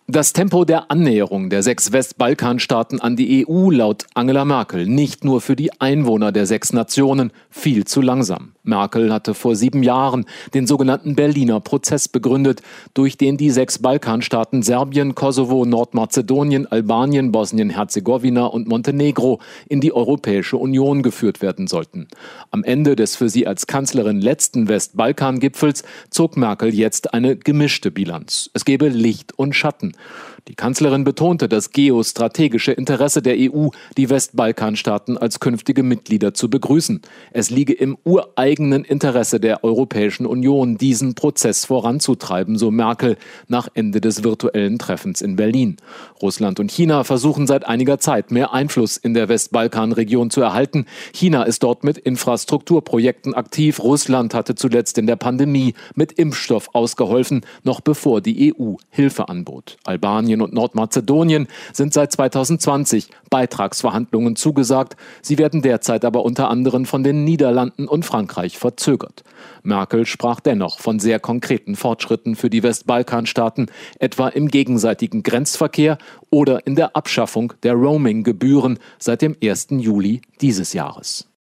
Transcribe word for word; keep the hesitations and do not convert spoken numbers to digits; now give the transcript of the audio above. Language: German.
Das Tempo der Annäherung der sechs Westbalkanstaaten an die E U laut Angela Merkel nicht nur für die Einwohner der sechs Nationen viel zu langsam. Merkel hatte vor sieben Jahren den sogenannten Berliner Prozess begründet, durch den die sechs Balkanstaaten Serbien, Kosovo, Nordmazedonien, Albanien, Bosnien-Herzegowina und Montenegro in die Europäische Union geführt werden sollten. Am Ende des für sie als Kanzlerin letzten Westbalkan-Gipfels zog Merkel jetzt eine gemischte Bilanz. Es gebe Licht und Schatten. Die Kanzlerin betonte das geostrategische Interesse der E U, die Westbalkanstaaten als künftige Mitglieder zu begrüßen. Es liege im ureigenen Interesse der Europäischen Union, diesen Prozess voranzutreiben, so Merkel nach Ende des virtuellen Treffens in Berlin. Russland und China versuchen seit einiger Zeit, mehr Einfluss in der Westbalkanregion zu erhalten. China ist dort mit Infrastrukturprojekten aktiv. Russland hatte zuletzt in der Pandemie mit Impfstoff ausgeholfen, noch bevor die E U Hilfe anbot. Albanien und Nordmazedonien sind seit zweitausendzwanzig Beitragsverhandlungen zugesagt. Sie werden derzeit aber unter anderem von den Niederlanden und Frankreich verzögert. Merkel sprach dennoch von sehr konkreten Fortschritten für die Westbalkanstaaten, etwa im gegenseitigen Grenzverkehr oder in der Abschaffung der Roaming-Gebühren seit dem ersten Juli dieses Jahres.